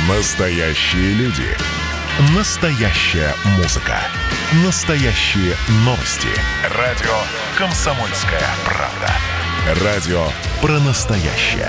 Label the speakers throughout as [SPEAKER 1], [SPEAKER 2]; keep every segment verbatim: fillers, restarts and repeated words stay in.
[SPEAKER 1] Настоящие люди. Настоящая музыка. Настоящие новости. Радио «Комсомольская правда». Радио про настоящее.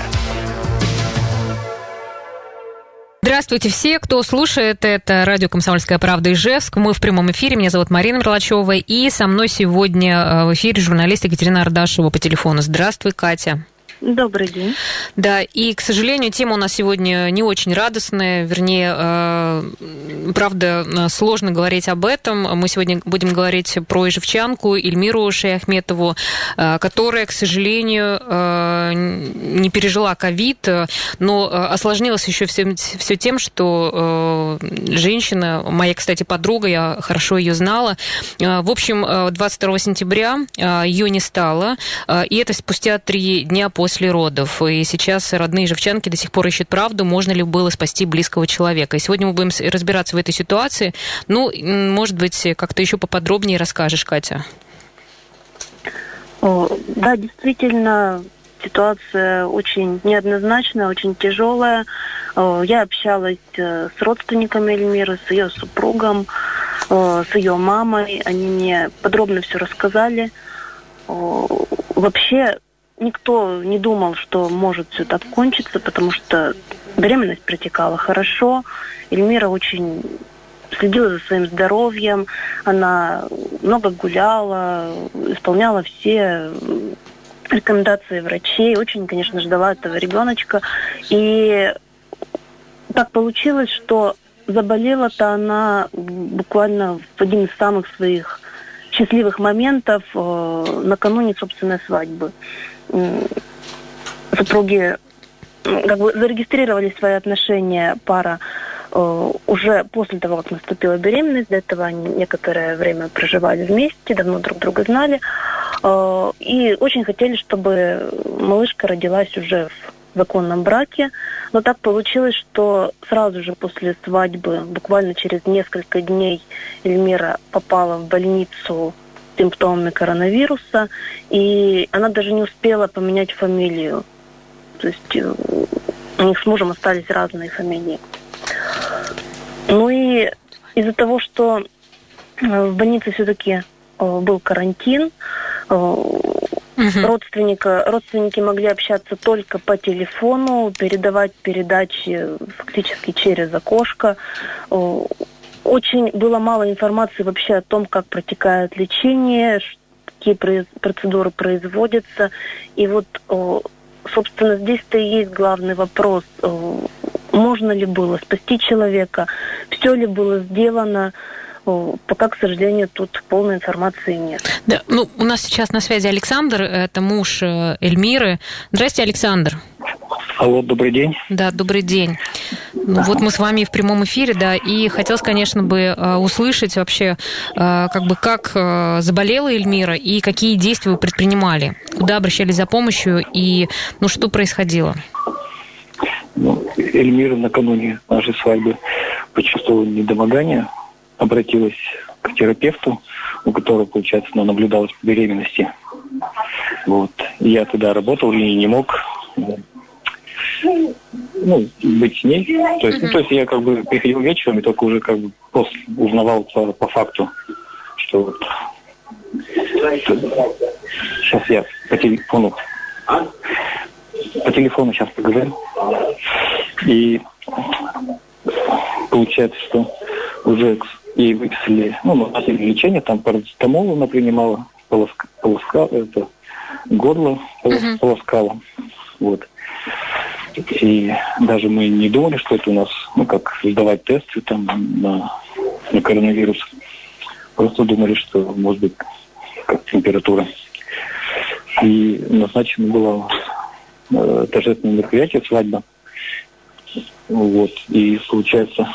[SPEAKER 2] Здравствуйте все, кто слушает. Это радио «Комсомольская правда» Ижевск. Мы в прямом эфире. Меня зовут Марина Мерлачева. И со мной сегодня в эфире журналист Екатерина Ардашева по телефону. Здравствуй, Катя.
[SPEAKER 3] Добрый день.
[SPEAKER 2] Да, и, к сожалению, тема у нас сегодня не очень радостная, вернее, э, правда, сложно говорить об этом. Мы сегодня будем говорить про ижевчанку Эльмиру Шаяхметову, э, которая, к сожалению, э, не пережила ковид, но осложнилось еще все, все тем, что э, женщина, моя, кстати, подруга, я хорошо ее знала, э, в общем, двадцать второго сентября э, ее не стало, э, и это спустя три дня после после родов. И сейчас родные ижевчанки до сих пор ищут правду, можно ли было спасти близкого человека. И сегодня мы будем разбираться в этой ситуации. Ну, может быть, как-то еще поподробнее расскажешь, Катя.
[SPEAKER 3] О, да, действительно, ситуация очень неоднозначная, очень тяжелая. О, я общалась с родственниками Эльмиры, с ее супругом, о, с ее мамой. Они мне подробно все рассказали. О, вообще, никто не думал, что может все так кончиться, потому что беременность протекала хорошо. Эльмира очень следила за своим здоровьем, она много гуляла, исполняла все рекомендации врачей, очень, конечно, ждала этого ребеночка. И так получилось, что заболела-то она буквально в один из самых своих счастливых моментов э, накануне собственной свадьбы. Супруги как бы зарегистрировали свои отношения, пара, э, уже после того, как наступила беременность. До этого они некоторое время проживали вместе, давно друг друга знали. Э, и очень хотели, чтобы малышка родилась уже в законном браке. Но так получилось, что сразу же после свадьбы, буквально через несколько дней, Эльмира попала в больницу с симптомами коронавируса, и она даже не успела поменять фамилию. То есть у них с мужем остались разные фамилии. Ну и из-за того, что в больнице все-таки был карантин, Uh-huh. Родственника, родственники могли общаться только по телефону, передавать передачи фактически через окошко. Очень было мало информации вообще о том, как протекает лечение, какие процедуры производятся. И вот, собственно, здесь-то и есть главный вопрос. Можно ли было спасти человека? Все ли было сделано? Пока, к сожалению, тут полной информации нет.
[SPEAKER 2] Да, ну, у нас сейчас на связи Александр, это муж Эльмиры. Здравствуйте, Александр.
[SPEAKER 4] Алло, добрый день.
[SPEAKER 2] Да, добрый день. Ну, вот мы с вами в прямом эфире, да, и хотелось, конечно, бы услышать вообще, как бы, как заболела Эльмира и какие действия вы предпринимали, куда обращались за помощью и, ну, что происходило?
[SPEAKER 4] Ну, Эльмира накануне нашей свадьбы почувствовала недомогание, обратилась к терапевту, у которого, получается, она наблюдалась по беременности. Вот. Я тогда работал и не мог ну, быть с ней. То есть, uh-huh. ну, то есть я как бы приходил вечером и только уже как бы после узнавал по, по факту, что вот... Сейчас я по телефону... По телефону сейчас поговорим. И получается, что уже ей выписали, ну, назначили лечение, там парацетамол она принимала, полоска, полоска, это, горло uh-huh. полоскала. Вот. И даже мы не думали, что это у нас, ну, как сдавать тесты там на, на коронавирус. Просто думали, что может быть как температура. И назначено было э, торжественное мероприятие, свадьба. Вот. И получается,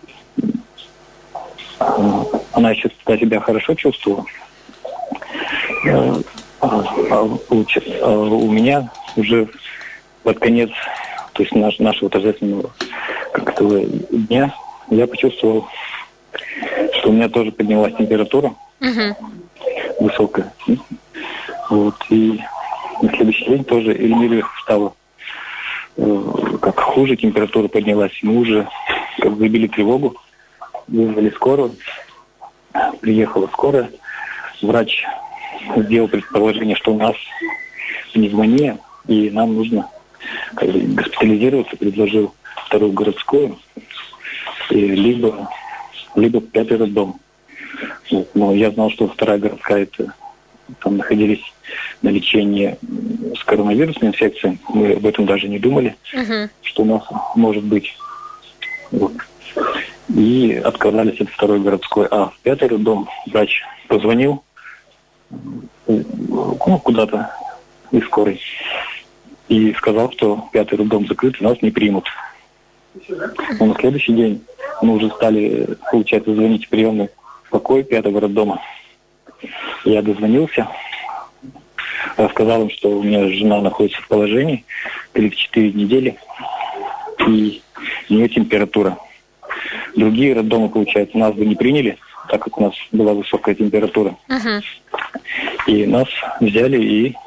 [SPEAKER 4] э, она еще себя хорошо чувствовала. Э, а, а, получается, а у меня уже под конец, то есть наш, нашего торжественного как-то дня, я почувствовал, что у меня тоже поднялась температура uh-huh. высокая. Вот. И на следующий день тоже Эльмире стало э, как хуже, температура поднялась. Мы уже как забили тревогу, вызвали скорую, приехала скорая, врач сделал предположение, что у нас пневмония, и нам нужно как бы госпитализироваться, предложил вторую городскую, и либо, либо пятый роддом. Вот. Но я знал, что вторая городская, это, там находились на лечении с коронавирусной инфекцией. Мы об этом даже не думали, uh-huh. что у нас может быть. Вот. И отказались от второй городской. А в пятый роддом врач позвонил ну, куда-то из скорой и сказал, что пятый роддом закрыт, нас не примут. Но на следующий день мы уже стали, получается, звонить в приемный покой пятого роддома. Я дозвонился, рассказал им, что у меня жена находится в положении тридцать четыре недели, и у нее температура. Другие роддомы, получается, нас бы не приняли, так как у нас была высокая температура. Uh-huh. И нас взяли и...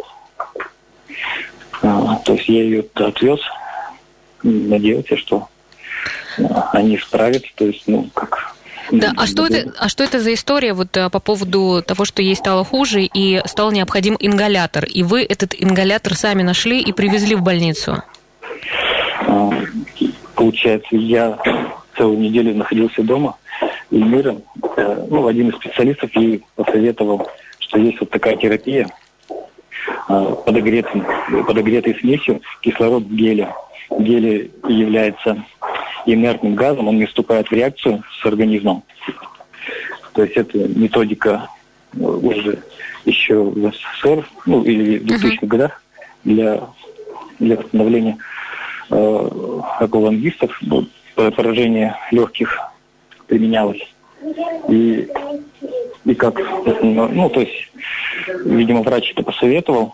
[SPEAKER 4] А, то есть я ее отвез, надеялся, что а, они справятся, то есть, ну, как...
[SPEAKER 2] Да, а что, это, а что это за история вот по поводу того, что ей стало хуже и стал необходим ингалятор? И вы этот ингалятор сами нашли и привезли в больницу?
[SPEAKER 4] А, получается, я целую неделю находился дома, и миром, э, ну, один из специалистов ей посоветовал, что есть вот такая терапия э, подогретым, подогретой смесью кислород в геле. Гель является инертным газом, он не вступает в реакцию с организмом. То есть это методика уже еще в СССР, ну или в двухтысячных uh-huh. годах для, для восстановления э, аквалангистов, поражение легких применялось. И, и как, ну, то есть, видимо, врач это посоветовал.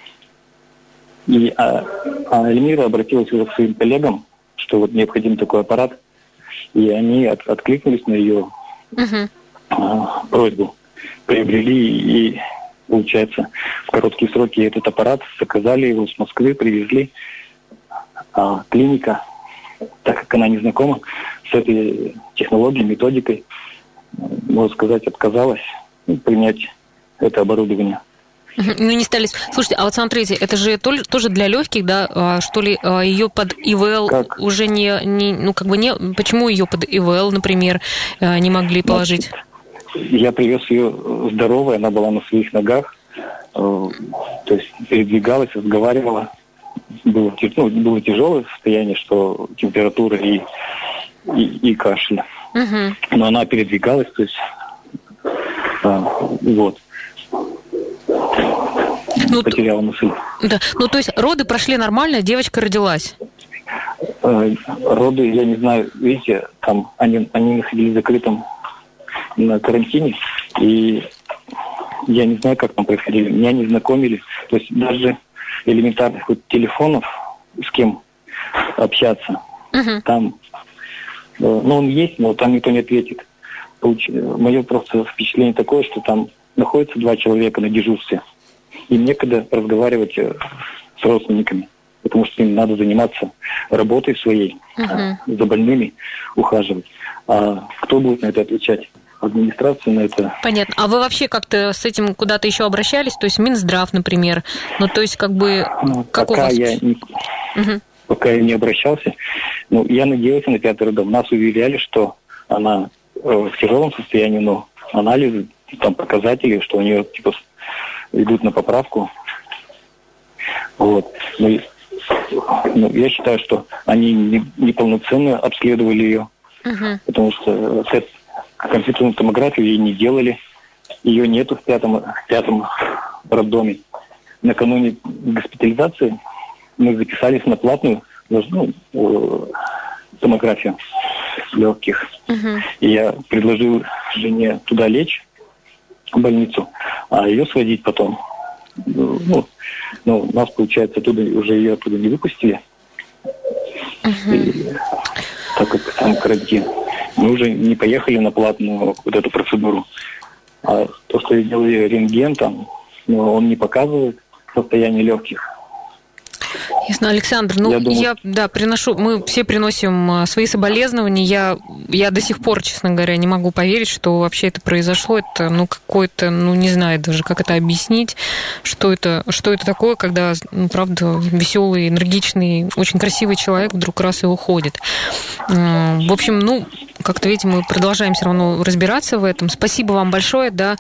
[SPEAKER 4] И а, а Эльмира обратилась уже к своим коллегам, что вот необходим такой аппарат. И они от, откликнулись на ее uh-huh. а, просьбу. Приобрели и, получается, в короткие сроки этот аппарат заказали его с Москвы, привезли. А клиника, так как она не знакома с этой технологией, методикой, можно сказать, отказалась принять это оборудование.
[SPEAKER 2] Ну, не стали... Слушайте, а вот смотрите, это же тоже для легких, да, что ли, ее под ИВЛ как? уже не, не... Ну, как бы не... Почему ее под ИВЛ, например, не могли положить?
[SPEAKER 4] Я привез ее здоровой, она была на своих ногах, то есть передвигалась, разговаривала. Было, ну, было тяжелое состояние, что температура и, и, и кашель. Uh-huh. Но она передвигалась, то есть а, вот.
[SPEAKER 2] Ну,
[SPEAKER 4] потеряла мысль.
[SPEAKER 2] Да. Ну, то есть роды прошли нормально, девочка родилась?
[SPEAKER 4] Э, роды, я не знаю, видите, там они, они находились закрытым на карантине, и я не знаю, как там происходили. Меня не знакомили. То есть даже элементарных вот телефонов, с кем общаться, uh-huh. там, э, ну, он есть, но там никто не ответит. Получ... Мое просто впечатление такое, что там находятся два человека на дежурстве. Им некогда разговаривать с родственниками, потому что им надо заниматься работой своей, uh-huh. за больными ухаживать. А кто будет на это отвечать? Администрация на это...
[SPEAKER 2] Понятно. А вы вообще как-то с этим куда-то еще обращались? То есть Минздрав, например? Ну, то есть как бы...
[SPEAKER 4] Ну,
[SPEAKER 2] как
[SPEAKER 4] пока,
[SPEAKER 2] у вас...
[SPEAKER 4] я не... uh-huh. пока я не обращался. Ну, я надеялся на пятый роддом. Нас уверяли, что она э, в тяжелом состоянии, но анализы, там показатели, что у нее типа идут на поправку. Вот. Но, ну, я считаю, что они не, неполноценно обследовали ее, uh-huh. потому что э, компьютерную томографию ей не делали. Ее нету в пятом, в пятом роддоме. Накануне госпитализации мы записались на платную ну, томографию легких. Uh-huh. И я предложил жене туда лечь, в больницу, а ее сводить потом. Ну, ну, нас, получается, оттуда уже ее оттуда не выпустили. Uh-huh. И, так как сам карантин. Мы уже не поехали на платную вот эту процедуру. А то, что сделали рентген, там, ну, он не показывает состояние легких.
[SPEAKER 2] Ясно, Александр. Ну, я, думаю... я да, приношу, мы все приносим свои соболезнования. Я, я до сих пор, честно говоря, не могу поверить, что вообще это произошло. Это, ну, какое-то, ну, не знаю даже, как это объяснить, что это, что это такое, когда, ну, правда, веселый, энергичный, очень красивый человек вдруг раз и уходит. В общем, ну, как-то, видите, мы продолжаем все равно разбираться в этом. Спасибо вам большое, да.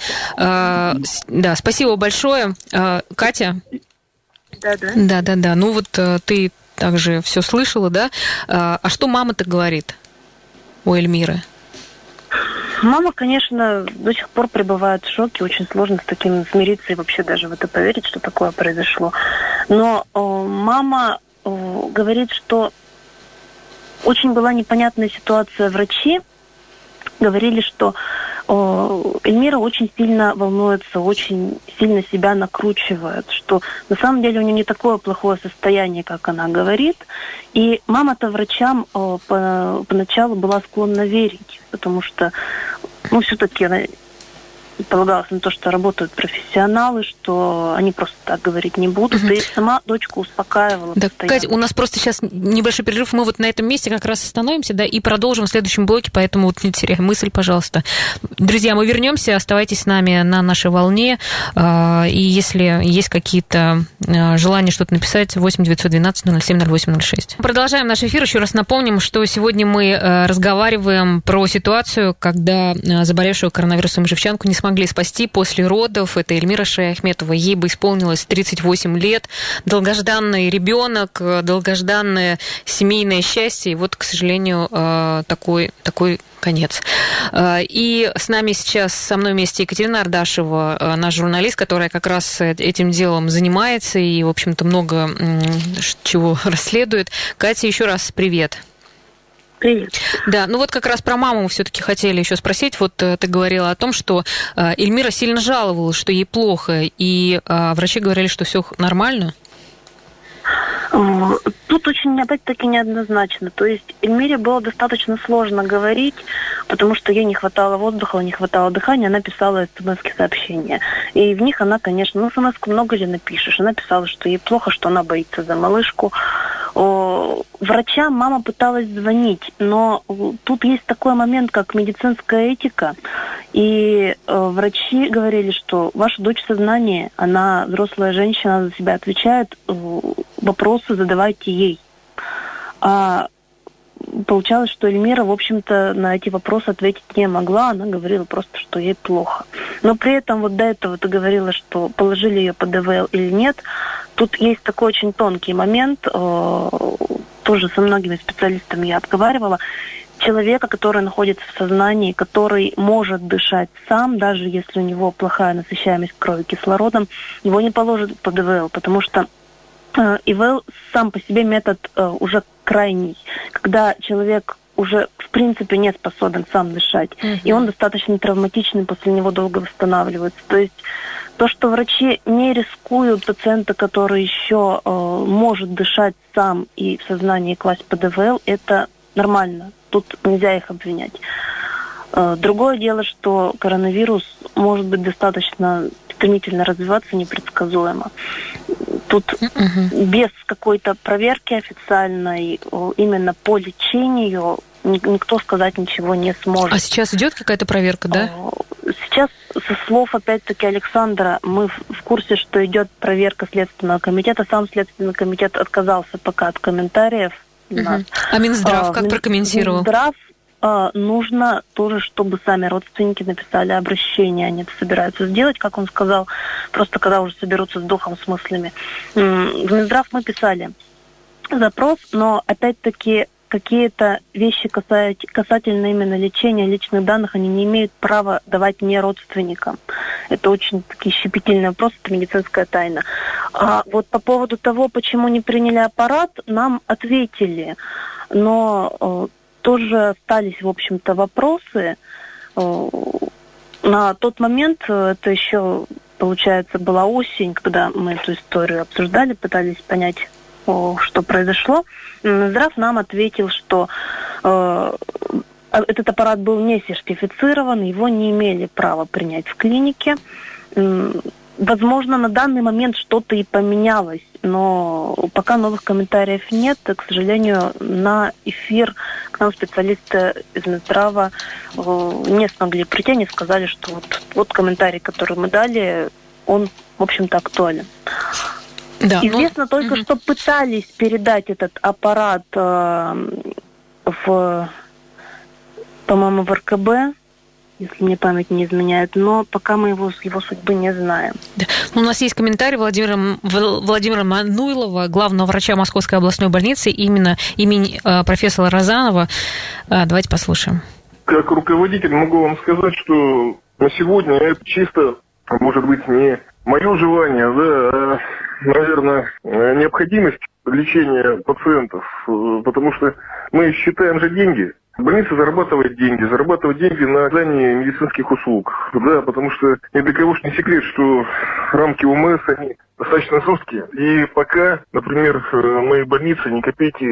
[SPEAKER 2] Да, спасибо большое. Катя?
[SPEAKER 3] Да, да.
[SPEAKER 2] Да, да, да. Ну вот ты также все слышала, да? А что мама-то говорит у Эльмиры?
[SPEAKER 3] Мама, конечно, до сих пор пребывает в шоке. Очень сложно с таким смириться и вообще даже в это поверить, что такое произошло. Но о, мама о, говорит, что очень была непонятная ситуация. Врачи говорили, что о, Эльмира очень сильно волнуется, очень сильно себя накручивает, что на самом деле у нее не такое плохое состояние, как она говорит. И мама-то врачам о, по, поначалу была склонна верить, потому что, ну, все-таки она полагалась на то, что работают профессионалы, что они просто так говорить не будут. Uh-huh. И сама дочку успокаивала.
[SPEAKER 2] Да, Катя, у нас просто сейчас небольшой перерыв. Мы вот на этом месте как раз остановимся, да, и продолжим в следующем блоке, поэтому вот не теряем мысль, пожалуйста. Друзья, мы вернемся, оставайтесь с нами на нашей волне. И если есть какие-то желания что-то написать, восемь девятьсот двенадцать ноль семь ноль восемь ноль шесть. Продолжаем наш эфир. Еще раз напомним, что сегодня мы разговариваем про ситуацию, когда заболевшую коронавирусом жевчанку не смогли спасти после родов. Это Эльмира Шаяхметова. Ей бы исполнилось тридцать восемь лет. Долгожданный ребенок, долгожданное семейное счастье. И вот, к сожалению, такой, такой конец. И с нами сейчас, со мной вместе Екатерина Ардашева, наш журналист, которая как раз этим делом занимается и, в общем-то, много чего расследует. Катя, еще раз привет.
[SPEAKER 3] Привет.
[SPEAKER 2] Да, ну вот как раз про маму все-таки хотели еще спросить. Вот ты говорила о том, что Эльмира сильно жаловалась, что ей плохо, и врачи говорили, что все нормально.
[SPEAKER 3] Тут очень, опять-таки, неоднозначно. То есть Эльмире было достаточно сложно говорить, потому что ей не хватало воздуха, не хватало дыхания. Она писала смс-сообщения. И в них она, конечно, ну, смс-ку много ли напишешь. Она писала, что ей плохо, что она боится за малышку. Врачам мама пыталась звонить, но тут есть такой момент, как медицинская этика. И врачи говорили, что ваша дочь в сознании, она взрослая женщина, она за себя отвечает, вопросы задавайте ей. А получалось, что Эльмира, в общем-то, на эти вопросы ответить не могла. Она говорила просто, что ей плохо. Но при этом вот до этого ты говорила, что положили ее под ИВЛ или нет. Тут есть такой очень тонкий момент. Тоже со многими специалистами я обговаривала. Человека, который находится в сознании, который может дышать сам, даже если у него плохая насыщаемость крови кислородом, его не положат под ИВЛ, потому что ИВЛ сам по себе метод uh, уже крайний, когда человек уже в принципе не способен сам дышать, mm-hmm. и он достаточно травматичный, после него долго восстанавливается. То есть то, что врачи не рискуют пациента, который еще uh, может дышать сам и в сознании класть под ИВЛ, это нормально. Тут нельзя их обвинять. Uh, другое дело, что коронавирус может быть достаточно стремительно развиваться, непредсказуемо. Тут uh-huh. без какой-то проверки официальной, именно по лечению, никто сказать ничего не сможет.
[SPEAKER 2] А сейчас идет какая-то проверка, да?
[SPEAKER 3] Сейчас, со слов, опять-таки, Александра, мы в курсе, что идет проверка Следственного комитета. Сам Следственный комитет отказался пока от комментариев.
[SPEAKER 2] Uh-huh. А Минздрав а, как Мин... прокомментировал?
[SPEAKER 3] Минздрав нужно тоже, чтобы сами родственники написали обращение. Они это собираются сделать, как он сказал, просто когда уже соберутся с духом, с мыслями. В Минздрав мы писали запрос, но опять-таки какие-то вещи касательно именно лечения личных данных, они не имеют права давать не родственникам. Это очень такие щепетильные вопросы, это медицинская тайна. А вот по поводу того, почему не приняли аппарат, нам ответили, но тоже остались, в общем-то, вопросы. На тот момент, это еще, получается, была осень, когда мы эту историю обсуждали, пытались понять, что произошло. Минздрав нам ответил, что э, этот аппарат был не сертифицирован, его не имели права принять в клинике. Возможно, на данный момент что-то и поменялось, но пока новых комментариев нет. К сожалению, на эфир к нам специалисты из Минздрава не смогли прийти, они сказали, что вот, вот комментарий, который мы дали, он, в общем-то, актуален. Да, Известно ну... только, угу. что пытались передать этот аппарат э, в, по-моему, в эр ка бэ, если мне память не изменяет, но пока мы его, его судьбы не знаем.
[SPEAKER 2] Да. У нас есть комментарий Владимира, Владимира Мануйлова, главного врача Московской областной больницы, именно имени э, профессора Розанова. Э, давайте послушаем.
[SPEAKER 5] Как руководитель могу вам сказать, что на сегодня это чисто, может быть, не мое желание, да, а, наверное, необходимость лечения пациентов, потому что мы считаем же деньги. Больница зарабатывает деньги, зарабатывает деньги на оказание медицинских услуг. Да, потому что ни для кого ж не секрет, что рамки ОМС, они достаточно жесткие. И пока, например, мои больницы ни копейки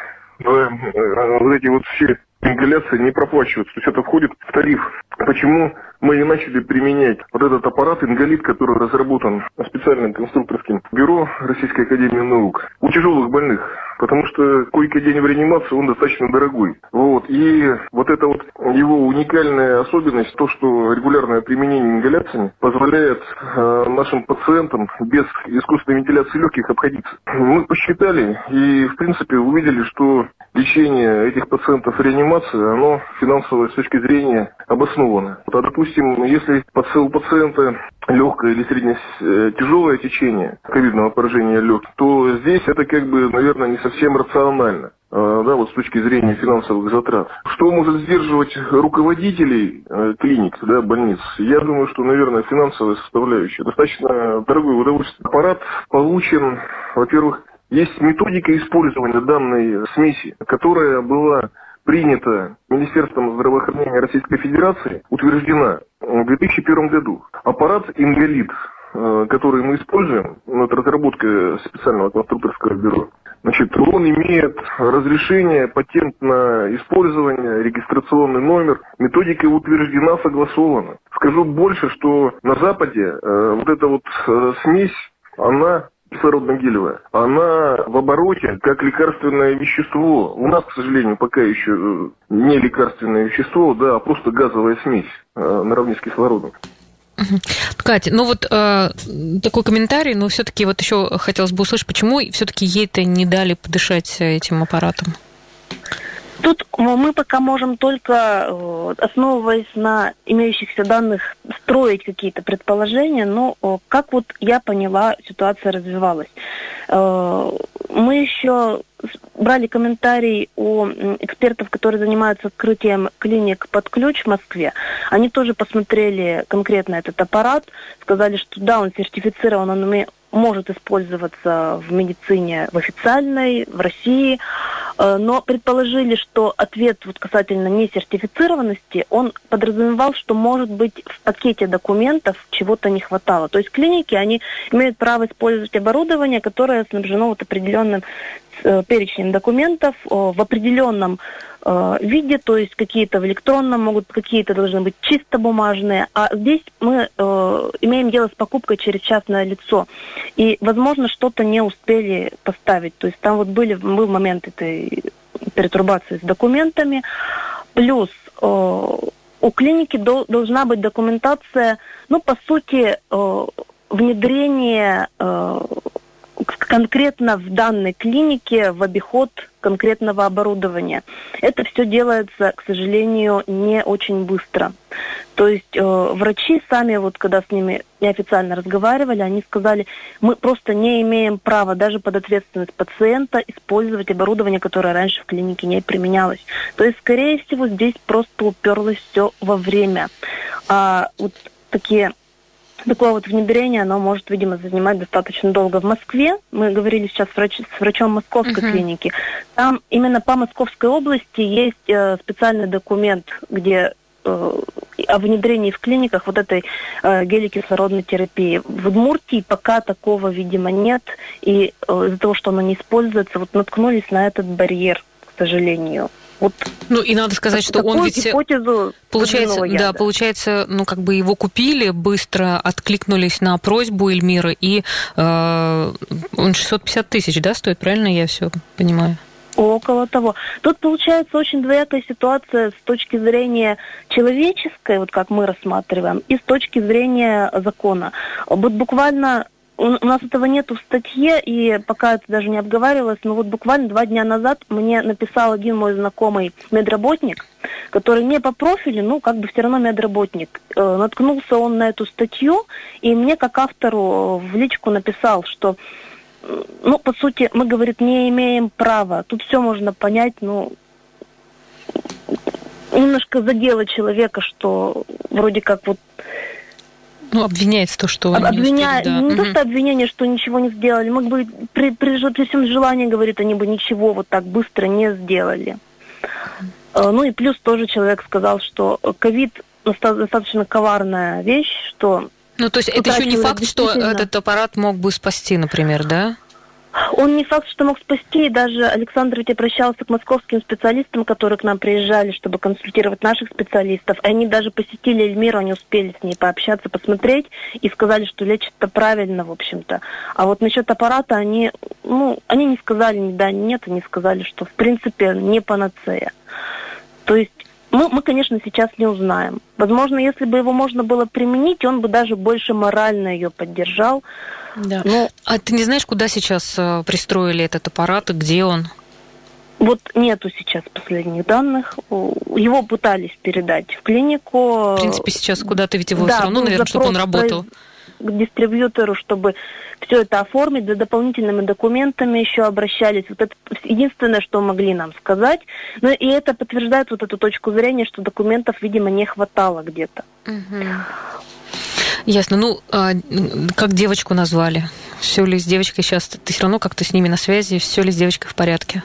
[SPEAKER 5] в вот эти вот все ингаляции не проплачиваются. То есть это входит в тариф. Почему мы и начали применять вот этот аппарат ингалит, который разработан специальным конструкторским бюро Российской академии наук у тяжелых больных? Потому что койко-день в реанимации, он достаточно дорогой. Вот. И вот эта вот его уникальная особенность, то, что регулярное применение ингаляциями позволяет э, нашим пациентам без искусственной вентиляции легких обходиться. Мы посчитали и, в принципе, увидели, что лечение этих пациентов в реанимации, оно финансово с точки зрения обосновано. А, допустим, если у пациента легкое или средне тяжелое течение ковидного поражения легких, то здесь это как бы, наверное, не совсем рационально, да, вот с точки зрения финансовых затрат. Что может сдерживать руководителей клиник, да, больниц? Я думаю, что, наверное, финансовая составляющая. Достаточно дорогое удовольствие. Аппарат получен, во-первых, есть методика использования данной смеси, которая была принята Министерством здравоохранения Российской Федерации, утверждена в две тысячи первом году. Аппарат ингалит, который мы используем, ну, это разработка специального конструкторского бюро, значит, он имеет разрешение, патент на использование, регистрационный номер, методика утверждена, согласована. Скажу больше, что на Западе э, вот эта вот э, смесь, она кислородно-гелевая, она в обороте как лекарственное вещество. У нас, к сожалению, пока еще не лекарственное вещество, да, а просто газовая смесь э, наравне с кислородом.
[SPEAKER 2] Катя, ну вот э, такой комментарий, но все-таки вот еще хотелось бы услышать, почему все-таки ей-то не дали подышать этим аппаратом?
[SPEAKER 3] Тут мы пока можем только, основываясь на имеющихся данных, строить какие-то предположения, но как вот я поняла, ситуация развивалась. Мы еще брали комментарий у экспертов, которые занимаются открытием клиник под ключ в Москве. Они тоже посмотрели конкретно этот аппарат, сказали, что да, он сертифицирован, он умеет, может использоваться в медицине, в официальной, в России, но предположили, что ответ вот касательно несертифицированности, он подразумевал, что, может быть, в пакете документов чего-то не хватало. То есть клиники, они имеют право использовать оборудование, которое снабжено вот определенным перечнем документов в определенном э, виде, то есть какие-то в электронном, могут какие-то должны быть чисто бумажные, а здесь мы э, имеем дело с покупкой через частное лицо, и, возможно, что-то не успели поставить, то есть там вот были, был момент этой перетурбации с документами, плюс э, у клиники до, должна быть документация, ну, по сути, э, внедрение э, конкретно в данной клинике в обиход конкретного оборудования. Это все делается, к сожалению, не очень быстро. То есть э, врачи сами, вот когда с ними неофициально разговаривали, они сказали, мы просто не имеем права даже под ответственность пациента использовать оборудование, которое раньше в клинике не применялось. То есть, скорее всего, здесь просто уперлось все во время. А вот такие... Такое вот внедрение, оно может, видимо, занимать достаточно долго. В Москве, мы говорили сейчас с, врач, с врачом Московской uh-huh. клиники, там именно по Московской области есть э, специальный документ, где э, о внедрении в клиниках вот этой э, геликислородной терапии. В Удмуртии пока такого, видимо, нет, и э, из-за того, что оно не используется, вот наткнулись на этот барьер, к сожалению. Вот.
[SPEAKER 2] Ну и надо сказать, что он ведь получается, да, получается, ну как бы его купили, быстро откликнулись на просьбу Эльмиры, и э, он шестьсот пятьдесят тысяч, да, стоит, правильно я все понимаю?
[SPEAKER 3] Около того. Тут получается очень двоякая ситуация с точки зрения человеческой, вот как мы рассматриваем, и с точки зрения закона. Вот буквально у нас этого нету в статье, и пока это даже не обговаривалось, но вот буквально два дня назад мне написал один мой знакомый медработник, который не по профилю, ну, как бы все равно медработник. Э, наткнулся он на эту статью, и мне, как автору, в личку написал, что, ну, по сути, мы, говорит, не имеем права. Тут все можно понять, ну, немножко задело человека, что вроде как вот...
[SPEAKER 2] Ну, обвиняет в том, что они
[SPEAKER 3] Обвиня...
[SPEAKER 2] не успели, да.
[SPEAKER 3] Не
[SPEAKER 2] угу.
[SPEAKER 3] то, что обвинение, что ничего не сделали. Мы бы при, при, при всем желании, говорит, они бы ничего вот так быстро не сделали. Ну и плюс тоже человек сказал, что ковид достаточно коварная вещь, что...
[SPEAKER 2] Ну, то есть это еще не факт, что этот аппарат мог бы спасти, например, да?
[SPEAKER 3] Он не факт, что мог спасти. Даже Александр ведь обращался к московским специалистам, которые к нам приезжали, чтобы консультировать наших специалистов. И они даже посетили Эльмиру, они успели с ней пообщаться, посмотреть, и сказали, что лечат-то правильно, в общем-то. А вот насчет аппарата они, ну, они не сказали ни да, ни нет, они сказали, что в принципе не панацея. То есть мы, мы, конечно, сейчас не узнаем. Возможно, если бы его можно было применить, он бы даже больше морально ее поддержал.
[SPEAKER 2] Да. Но... А ты не знаешь, куда сейчас э, пристроили этот аппарат и где он?
[SPEAKER 3] Вот нету сейчас последних данных. Его пытались передать в клинику.
[SPEAKER 2] В принципе, сейчас куда-то ведь его
[SPEAKER 3] да,
[SPEAKER 2] все равно, наверное, чтобы он работал.
[SPEAKER 3] К дистрибьютору, чтобы все это оформить, за дополнительными документами еще обращались. Вот это единственное, что могли нам сказать. Ну и это подтверждает вот эту точку зрения, что документов, видимо, не хватало где-то.
[SPEAKER 2] Угу. Ясно. Ну, а как девочку назвали? Все ли с девочкой сейчас? Ты все равно как-то с ними на связи? Все ли с девочкой в порядке?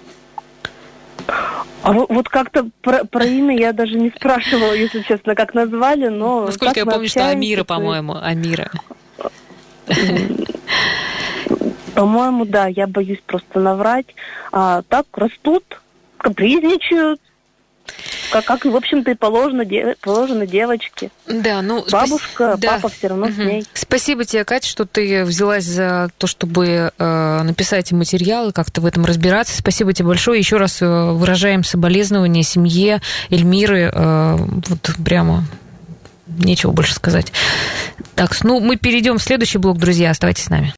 [SPEAKER 3] А вот, вот как-то про, про имя я даже не спрашивала, если честно, как назвали, но...
[SPEAKER 2] Насколько я помню, что Амира, по-моему, Амира.
[SPEAKER 3] По-моему, да, я боюсь просто наврать. А так растут, капризничают. Как, как и, в общем-то, и положено, дев... положено девочке.
[SPEAKER 2] Да, ну,
[SPEAKER 3] бабушка,
[SPEAKER 2] спас...
[SPEAKER 3] папа да. все равно угу. с ней.
[SPEAKER 2] Спасибо тебе, Катя, что ты взялась за то, чтобы э, написать материал и как-то в этом разбираться. Спасибо тебе большое. Еще раз выражаем соболезнования семье Эльмиры. Э, вот прямо нечего больше сказать. Так, ну, мы перейдем в следующий блок, друзья. Оставайтесь с нами.